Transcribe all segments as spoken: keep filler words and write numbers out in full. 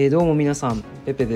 えー、どうも皆さん、ペペです。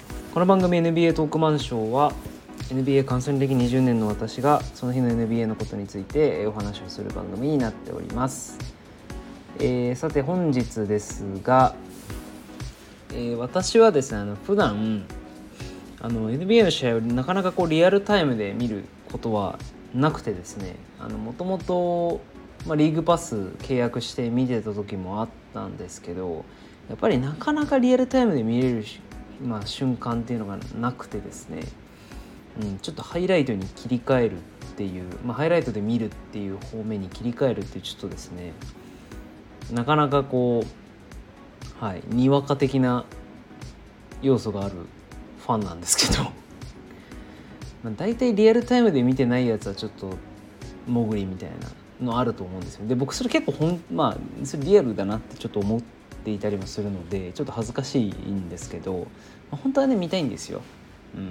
この番組 エヌビーエー トークマンショーは エヌビーエー 観戦歴にじゅうねんの私がその日の エヌビーエー のことについてお話をする番組になっております。えー、さて本日ですが、えー、私はですねあの普段あの エヌビーエー の試合をなかなかこうリアルタイムで見ることはなくてですね、もともとリーグパス契約して見てた時もあったんですけど、やっぱりなかなかリアルタイムで見れる、まあ、瞬間っていうのがなくてですね、うん、ちょっとハイライトに切り替えるっていう、まあ、ハイライトで見るっていう方面に切り替えるっていうちょっとですねなかなかこう、はい、にわか的な要素があるファンなんですけどまあ大体リアルタイムで見てないやつはちょっと潜りみたいなのあると思うんですよ。で僕それ結構ほんまあそれリアルだなってちょっと思っていたりもするのでちょっと恥ずかしいんですけど、まあ、本当はね見たいんですよ。うん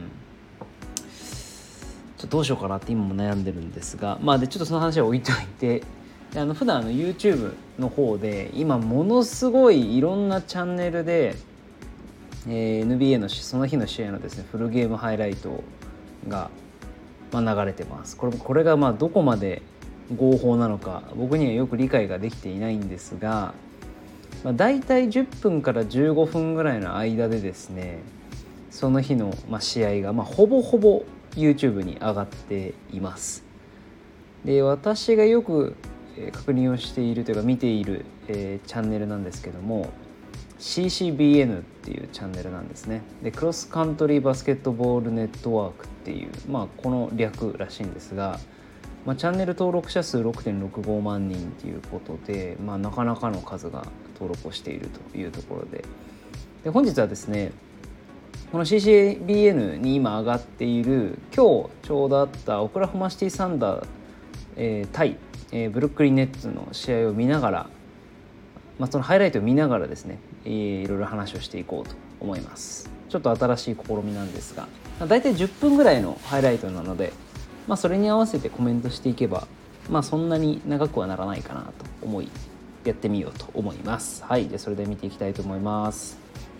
ちょっとどうしようかなって今も悩んでるんですが、まあでちょっとその話は置いといて、であの普段あの YouTube の方で今ものすごいいろんなチャンネルで、えー、エヌビーエー のその日の試合のですねフルゲームハイライトが、まあ、流れてます。これこれがまあどこまで合法なのか僕にはよく理解ができていないんですが、まあ、大体じゅっぷんからじゅうごふんぐらいの間でですねその日のまあ試合がまあほぼほぼ YouTube に上がっています。で私がよく確認をしているというか見ている、えー、チャンネルなんですけども シーシービーエヌ っていうチャンネルなんですね。でクロスカントリーバスケットボールネットワークっていう、まあ、この略らしいんですが、まあ、チャンネル登録者数 ろくてんろくご 万人ということで、まあ、なかなかの数が登録をしているというところで、で本日はですねこの シーシービーエヌ に今上がっている今日ちょうどあったオクラホマシティサンダー、えー、対、えー、ブルックリンネッツの試合を見ながら、まあ、そのハイライトを見ながらですね、えー、いろいろ話をしていこうと思います。ちょっと新しい試みなんですが、だいたいじゅっぷんぐらいのハイライトなので、まあ、それに合わせてコメントしていけば、まあ、そんなに長くはならないかなと思いやってみようと思います。はい、でそれで見ていきたいと思います。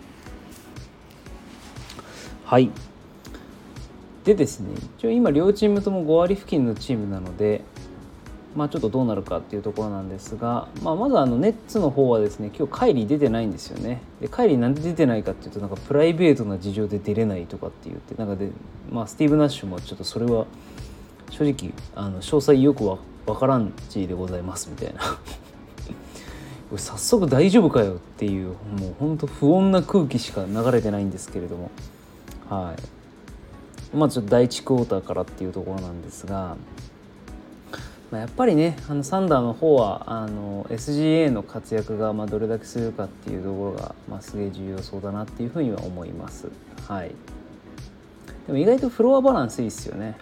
はい。でですね、一応今両チームともご割付近のチームなので、まあちょっとどうなるかっていうところなんですが、まあ、まずあのネッツの方はですね、今日カイリー出てないんですよね。でカイリーなんで出てないかっていうと、なんかプライベートな事情で出れないとかって言って、なんかで、まあスティーブ・ナッシュもちょっとそれは正直あの詳細よくわ分からんちでございますみたいな早速大丈夫かよっていう、もう本当不穏な空気しか流れてないんですけれども、はい。まあちょっと第一クォーターからっていうところなんですが、まあ、やっぱりねあのサンダーの方はあの エスジーエー の活躍がまあどれだけするかっていうところが、まあ、すげえ重要そうだなっていうふうには思います。はい。でも意外とフロアバランスいいっすよね。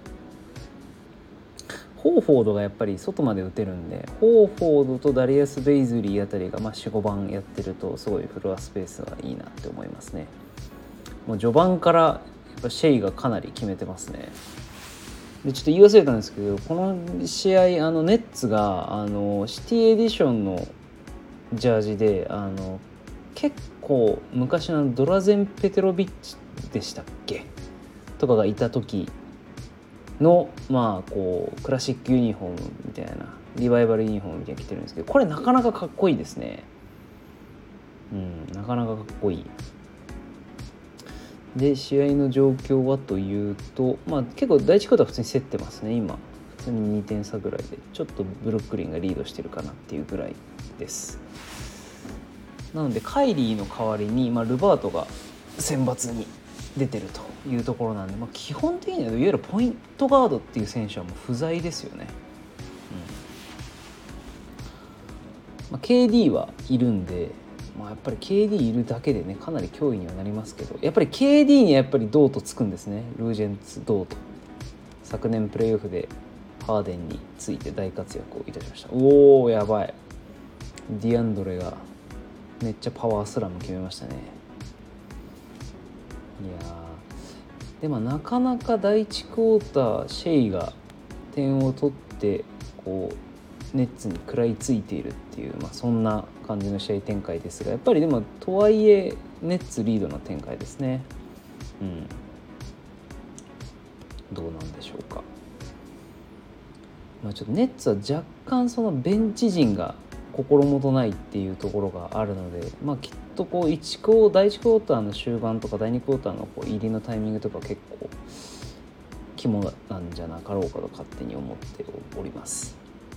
ホーフォードがやっぱり外まで打てるんで、ホーフォードとダリアス・ベイズリーあたりがまあ よん,ご 番やってるとすごいフロアスペースがいいなって思いますね。もう序盤からやっぱシェイがかなり決めてますね。でちょっと言い忘れたんですけど、この試合あのネッツがあのシティエディションのジャージであの結構昔のドラゼン・ペテロビッチでしたっけとかがいた時のまあこうクラシックユニフォームみたいなリバイバルユニフォームみたいな着てるんですけど、これなかなかかっこいいですね。うんなかなかかっこいい。で試合の状況はというと、まあ、結構第一クォーター普通に競ってますね。今普通ににてん差ぐらいでちょっとブルックリンがリードしてるかなっていうぐらいです。なのでカイリーの代わりに、まあ、ルバートが選抜に出てるというところなんで、まあ、基本的にはいわゆるポイントガードっていう選手はもう不在ですよね。うんまあ、ケーディー はいるんで、まあ、やっぱり ケーディー いるだけでねかなり脅威にはなりますけど、やっぱり ケーディー にやっぱりドートつくんですね。ルージェンツドート、昨年プレーオフでハーデンについて大活躍をいたしました。おーやばい、ディアンドレがめっちゃパワースラム決めましたね。いやでもなかなか第一クォーターシェイが点を取ってこネッツに食らいついているっていう、まあ、そんな感じの試合展開ですが、やっぱりでもとはいえネッツリードの展開ですね。うん、どうなんでしょうか。まあ、ちょっとネッツは若干そのベンチ陣が心もとないっていうところがあるので、まあ、きっとこういちクォーだいいちクォーターの終盤とかだいにクォーターのこう入りのタイミングとか結構肝なんじゃなかろうかと勝手に思っております。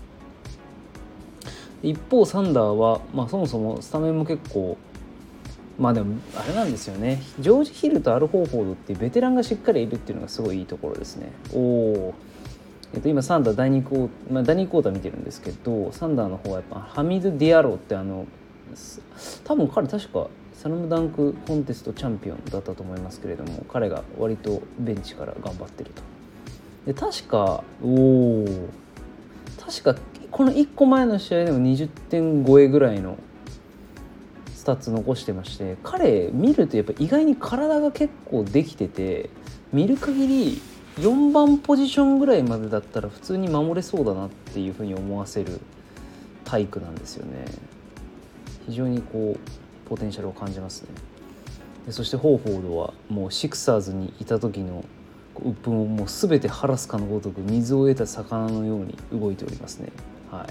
一方サンダーは、まあ、そもそもスタメンも結構まあでもあれなんですよね、ジョージ・ヒルとアル・ホーフォードっていうベテランがしっかりいるっていうのがすごいいいところですね。おお、えっと、今サンダーだいにクォーター、まあ、だいにクォーター見てるんですけど、サンダーの方はやっぱハミド・ディアロってあの多分彼確かサラムダンクコンテストチャンピオンだったと思いますけれども、彼が割とベンチから頑張ってると。で確かおお確かこのいっこまえの試合でもにじゅってん超えぐらいのスタッツ残してまして、彼見るとやっぱ意外に体が結構できてて、見る限りよんばんポジションぐらいまでだったら普通に守れそうだなっていうふうに思わせる体育なんですよね。非常にこうポテンシャルを感じますね。でそしてホーフォードはもうシクサーズにいた時の鬱憤をもう全て晴らすかのごとく水を得た魚のように動いておりますね。はい、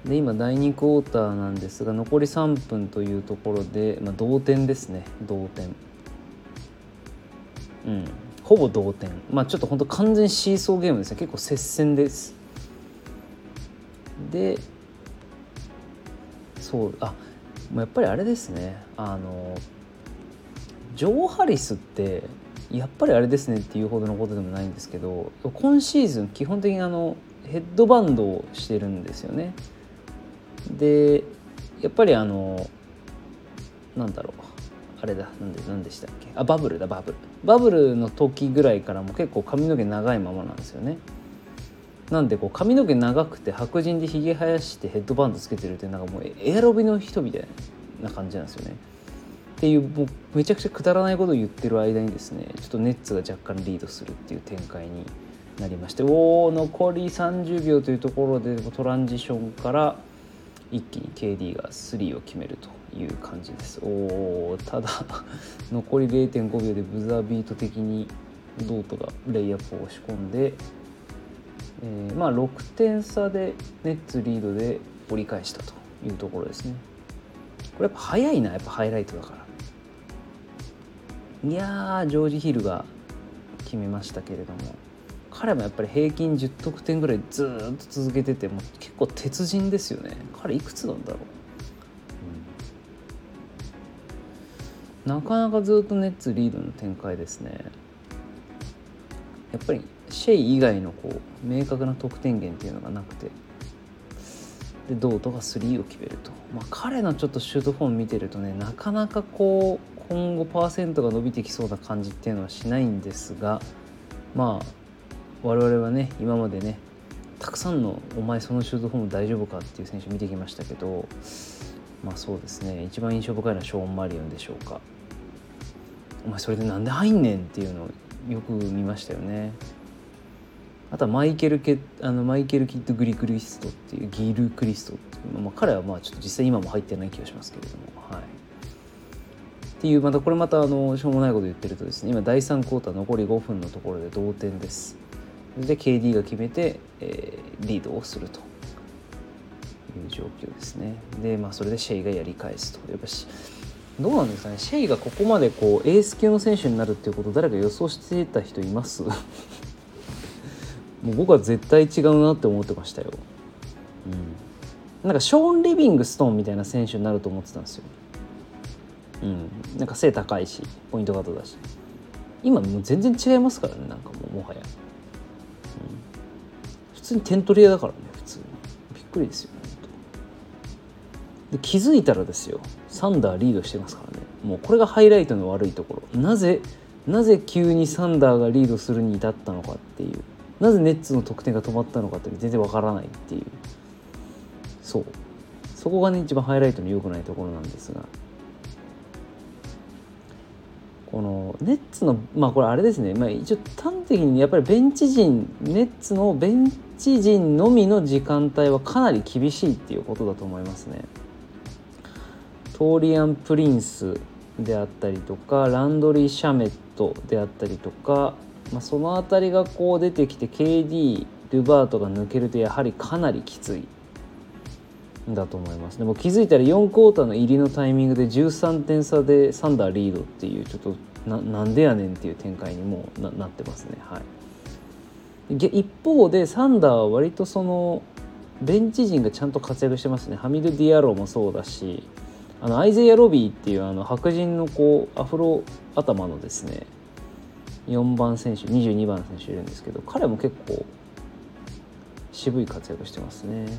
で今だいにクォーターなんですが残りさんぷんというところで、まあ、同点ですね。同点、うん、ほぼ同点。まあちょっと本当完全シーソーゲームですね。結構接戦です。でそうあもうやっぱりあれですね、あのジョー・ハリスってやっぱりあれですねっていうほどのことでもないんですけど、今シーズン基本的にあのヘッドバンドをしてるんですよね。でやっぱりあのなんだろうあれだなんで何でしたっけあバブルだバブルバブルの時ぐらいからも結構髪の毛長いままなんですよね。なんでこう髪の毛長くて白人でひげ生やしてヘッドバンドつけてるってなんかもうエアロビの人みたいな感じなんですよね。っていうもうめちゃくちゃくだらないことを言ってる間にですね、ちょっとネッツが若干リードするっていう展開になりまして、おー残りさんじゅうびょうというところでトランジションから一気に ケーディー がスリーを決めるという感じです。おーただ残り れいてんごびょうでブザービート的にドートがレイアップを押し込んで、えー、まあろくてん差でネッツリードで折り返したというところですね。これやっぱ早いな、やっぱハイライトだから。いやージョージ・ヒルが決めましたけれども、彼もやっぱり平均じゅってんぐらいずっと続けてて、もう結構鉄人ですよね。彼いくつなんだろう、うん、なかなかずっとネッツリードの展開ですね。やっぱりシェイ以外のこう明確な得点源っていうのがなくて、でドートがスリーを決めると、まあ、彼のちょっとシュートフォーム見てるとね、なかなかこう今後パーセントが伸びてきそうな感じっていうのはしないんですが、まあ我々はね今までねたくさんのお前そのシュートフォーム大丈夫かっていう選手見てきましたけど、まあそうですね、一番印象深いのはショーン・マリオンでしょうか。お前それでなんで入んねんっていうのをよく見ましたよね。あとはマイケルケあのマイケル・キッド・グリクリストっていうギル・クリストっていう、まあ、彼はまあちょっと実際今も入ってない気がしますけれども、はい。っていうまたこれまたあのしょうもないこと言ってるとですね、今だいさんクォーター残りごふんのところで同点です。で ケーディー が決めて、えー、リードをするという状況ですね。でまあそれでシェイがやり返すと、やっぱしどうなんですかね、シェイがここまでこうエース級の選手になるっていうことを誰か予想してた人いますもう僕は絶対違うなって思ってましたよ、うん、なんかショーン・リビングストーンみたいな選手になると思ってたんですよ、うん、なんか背高いしポイントガードだし、今もう全然違いますからね、なんかもうもはや、うん、普通に点取り屋だからね、普通にびっくりですよ、で気づいたらですよサンダーリードしてますからね。もうこれがハイライトの悪いところ、なぜなぜ急にサンダーがリードするに至ったのかっていう、なぜネッツの得点が止まったのかって全然わからないっていう、そうそこがね一番ハイライトの良くないところなんですが、 このネッツのまあこれあれですね、まあ、一応端的にやっぱりベンチ陣ネッツのベンチ陣のみの時間帯はかなり厳しいっていうことだと思いますね。トーリアン・プリンスであったりとかランドリー・シャメットであったりとか、まあ、そのあたりがこう出てきて ケーディー、ルバートが抜けるとやはりかなりきついだと思います。でも気づいたらよんクォーターの入りのタイミングでじゅうさんてん差でサンダーリードっていうちょっと な, なんでやねんっていう展開にも な, なってますね。はい、一方でサンダーは割とそのベンチ陣がちゃんと活躍してますね。ハミド・ディアロもそうだし、あのアイゼイア・ロビーっていうあの白人のこうアフロ頭のですねよんばん選手にじゅうにばんの選手いるんですけど、彼も結構渋い活躍してますね。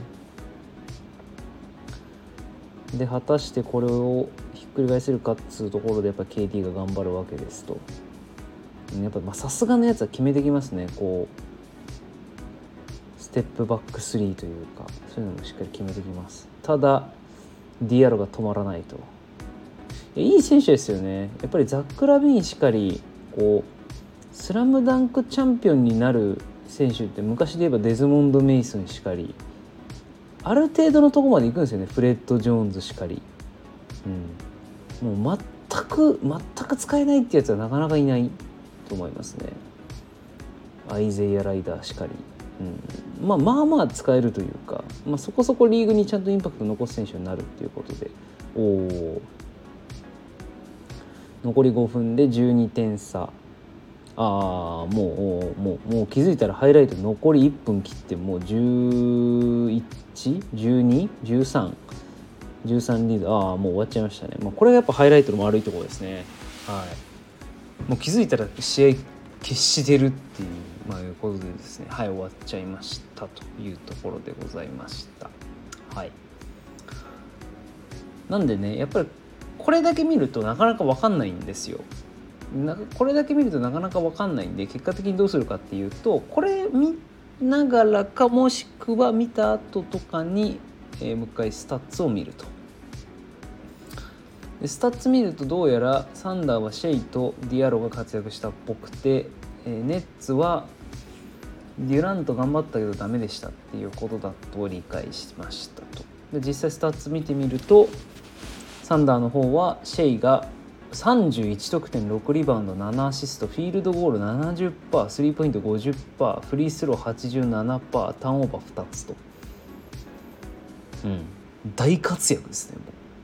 で果たしてこれをひっくり返せるかっつうところでやっぱ ケーディー が頑張るわけですと、やっぱさすがのやつは決めてきますね。こうステップバックスリーというかそういうのもしっかり決めてきます。ただディアロが止まらないと。いい選手ですよね。やっぱりザック・ラビーンしかりこうスラムダンクチャンピオンになる選手って昔で言えばデズモンド・メイソンしかりある程度のところまで行くんですよね。フレッド・ジョーンズしかり、うん、もう全く全く使えないってやつはなかなかいないと思いますね。アイゼイア・ライダーしかり、うん、まあまあまあ使えるというか、まあ、そこそこリーグにちゃんとインパクトを残す選手になるっていうことで、おお残りごふんでじゅうにてん差。ああもうもうもう気づいたらハイライト残りいっぷん切ってもうじゅういち、じゅうに、じゅうさん、じゅうさんリード。ああもう終わっちゃいましたね。まあ、これがやっぱハイライトの悪いところですね。はい。もう気づいたら試合決してるっていう、まあ、いうことでですね、はい終わっちゃいましたというところでございました。はい。なんでねやっぱりこれだけ見るとなかなか分かんないんですよ。なこれだけ見るとなかなか分かんないんで、結果的にどうするかっていうと、これ見ながらかもしくは見た後とかに、えー、もう一回スタッツを見ると。でスタッツ見るとどうやらサンダーはシェイとディアロが活躍したっぽくて、えー、ネッツはデュラント頑張ったけどダメでしたっていうことだと理解しましたと。で実際スタッツ見てみるとサンダーの方はシェイがさんじゅういち得点ろくリバウンドななアシスト、フィールドゴール ななじゅっパーセント、スリーポイント ごじゅっパーセント、フリースロー はちじゅうななパーセント、ターンオーバーふたつと、うん、大活躍ですね。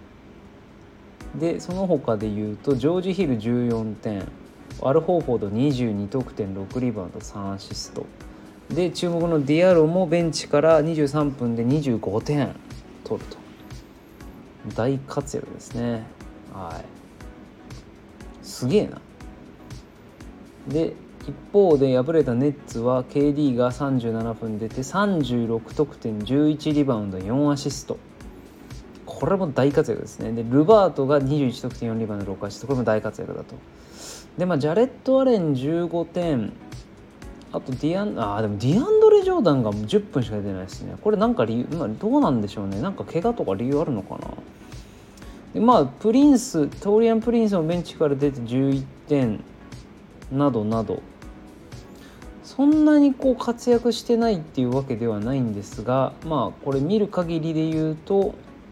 でその他で言うとジョージ・ヒルじゅうよんてん、アル・ホーフォードにじゅうに得点ろくリバウンドさんアシストで、注目のディアロもベンチからにじゅうさんぷんでにじゅうごてん取ると大活躍ですね。はい、すげえな。で一方で敗れたネッツは ケーディー がさんじゅうななふん出てさんじゅうろく得点じゅういちリバウンドよんアシスト、これも大活躍ですね。でルバートがにじゅういち得点よんリバウンドろくアシスト、これも大活躍だと。でまあジャレット・アレンじゅうごてん、あとディアンあでもディアンドレ・ジョーダンがじゅっぷんしか出てないですね。これなんか理由、まあ、どうなんでしょうね。なんか怪我とか理由あるのかな。でまあプリンストーリアン・プリンスもベンチから出てじゅういってんなどなど、そんなにこう活躍してないっていうわけではないんですが、まあこれ見る限りで言うと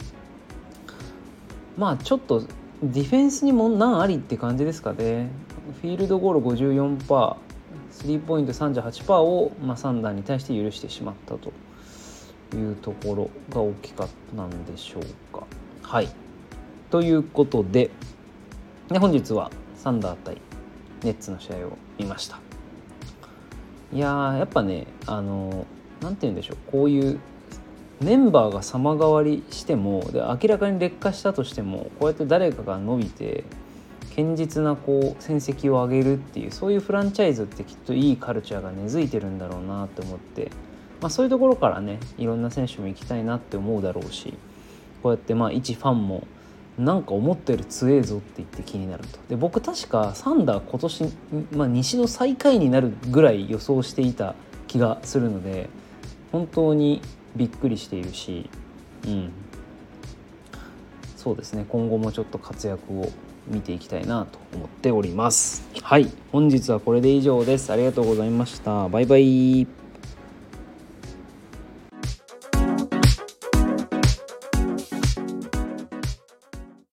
まあちょっとディフェンスにも難ありって感じですかね。フィールドゴール ごじゅうよんパーセント、スリーポイント さんじゅうはちパーセント を、まあ、サンダーに対して許してしまったというところが大きかったんでしょうか。はいということで、で本日はサンダー対ネッツの試合を見ました。いやーやっぱねあのなんて言うんでしょう、こういうメンバーが様変わりしてもで明らかに劣化したとしても、こうやって誰かが伸びて堅実なこう戦績を上げるっていう、そういうフランチャイズってきっといいカルチャーが根付いてるんだろうなと思って、まあ、そういうところからねいろんな選手も行きたいなって思うだろうし、こうやってまあ一ファンもなんか思ったより強えぞって言って気になると。で僕確かサンダー今年、まあ、西の最下位になるぐらい予想していた気がするので、本当にびっくりしているし、うん、そうですね今後もちょっと活躍を見ていきたいなと思っております。はい、本日はこれで以上です。ありがとうございました。バイバイ。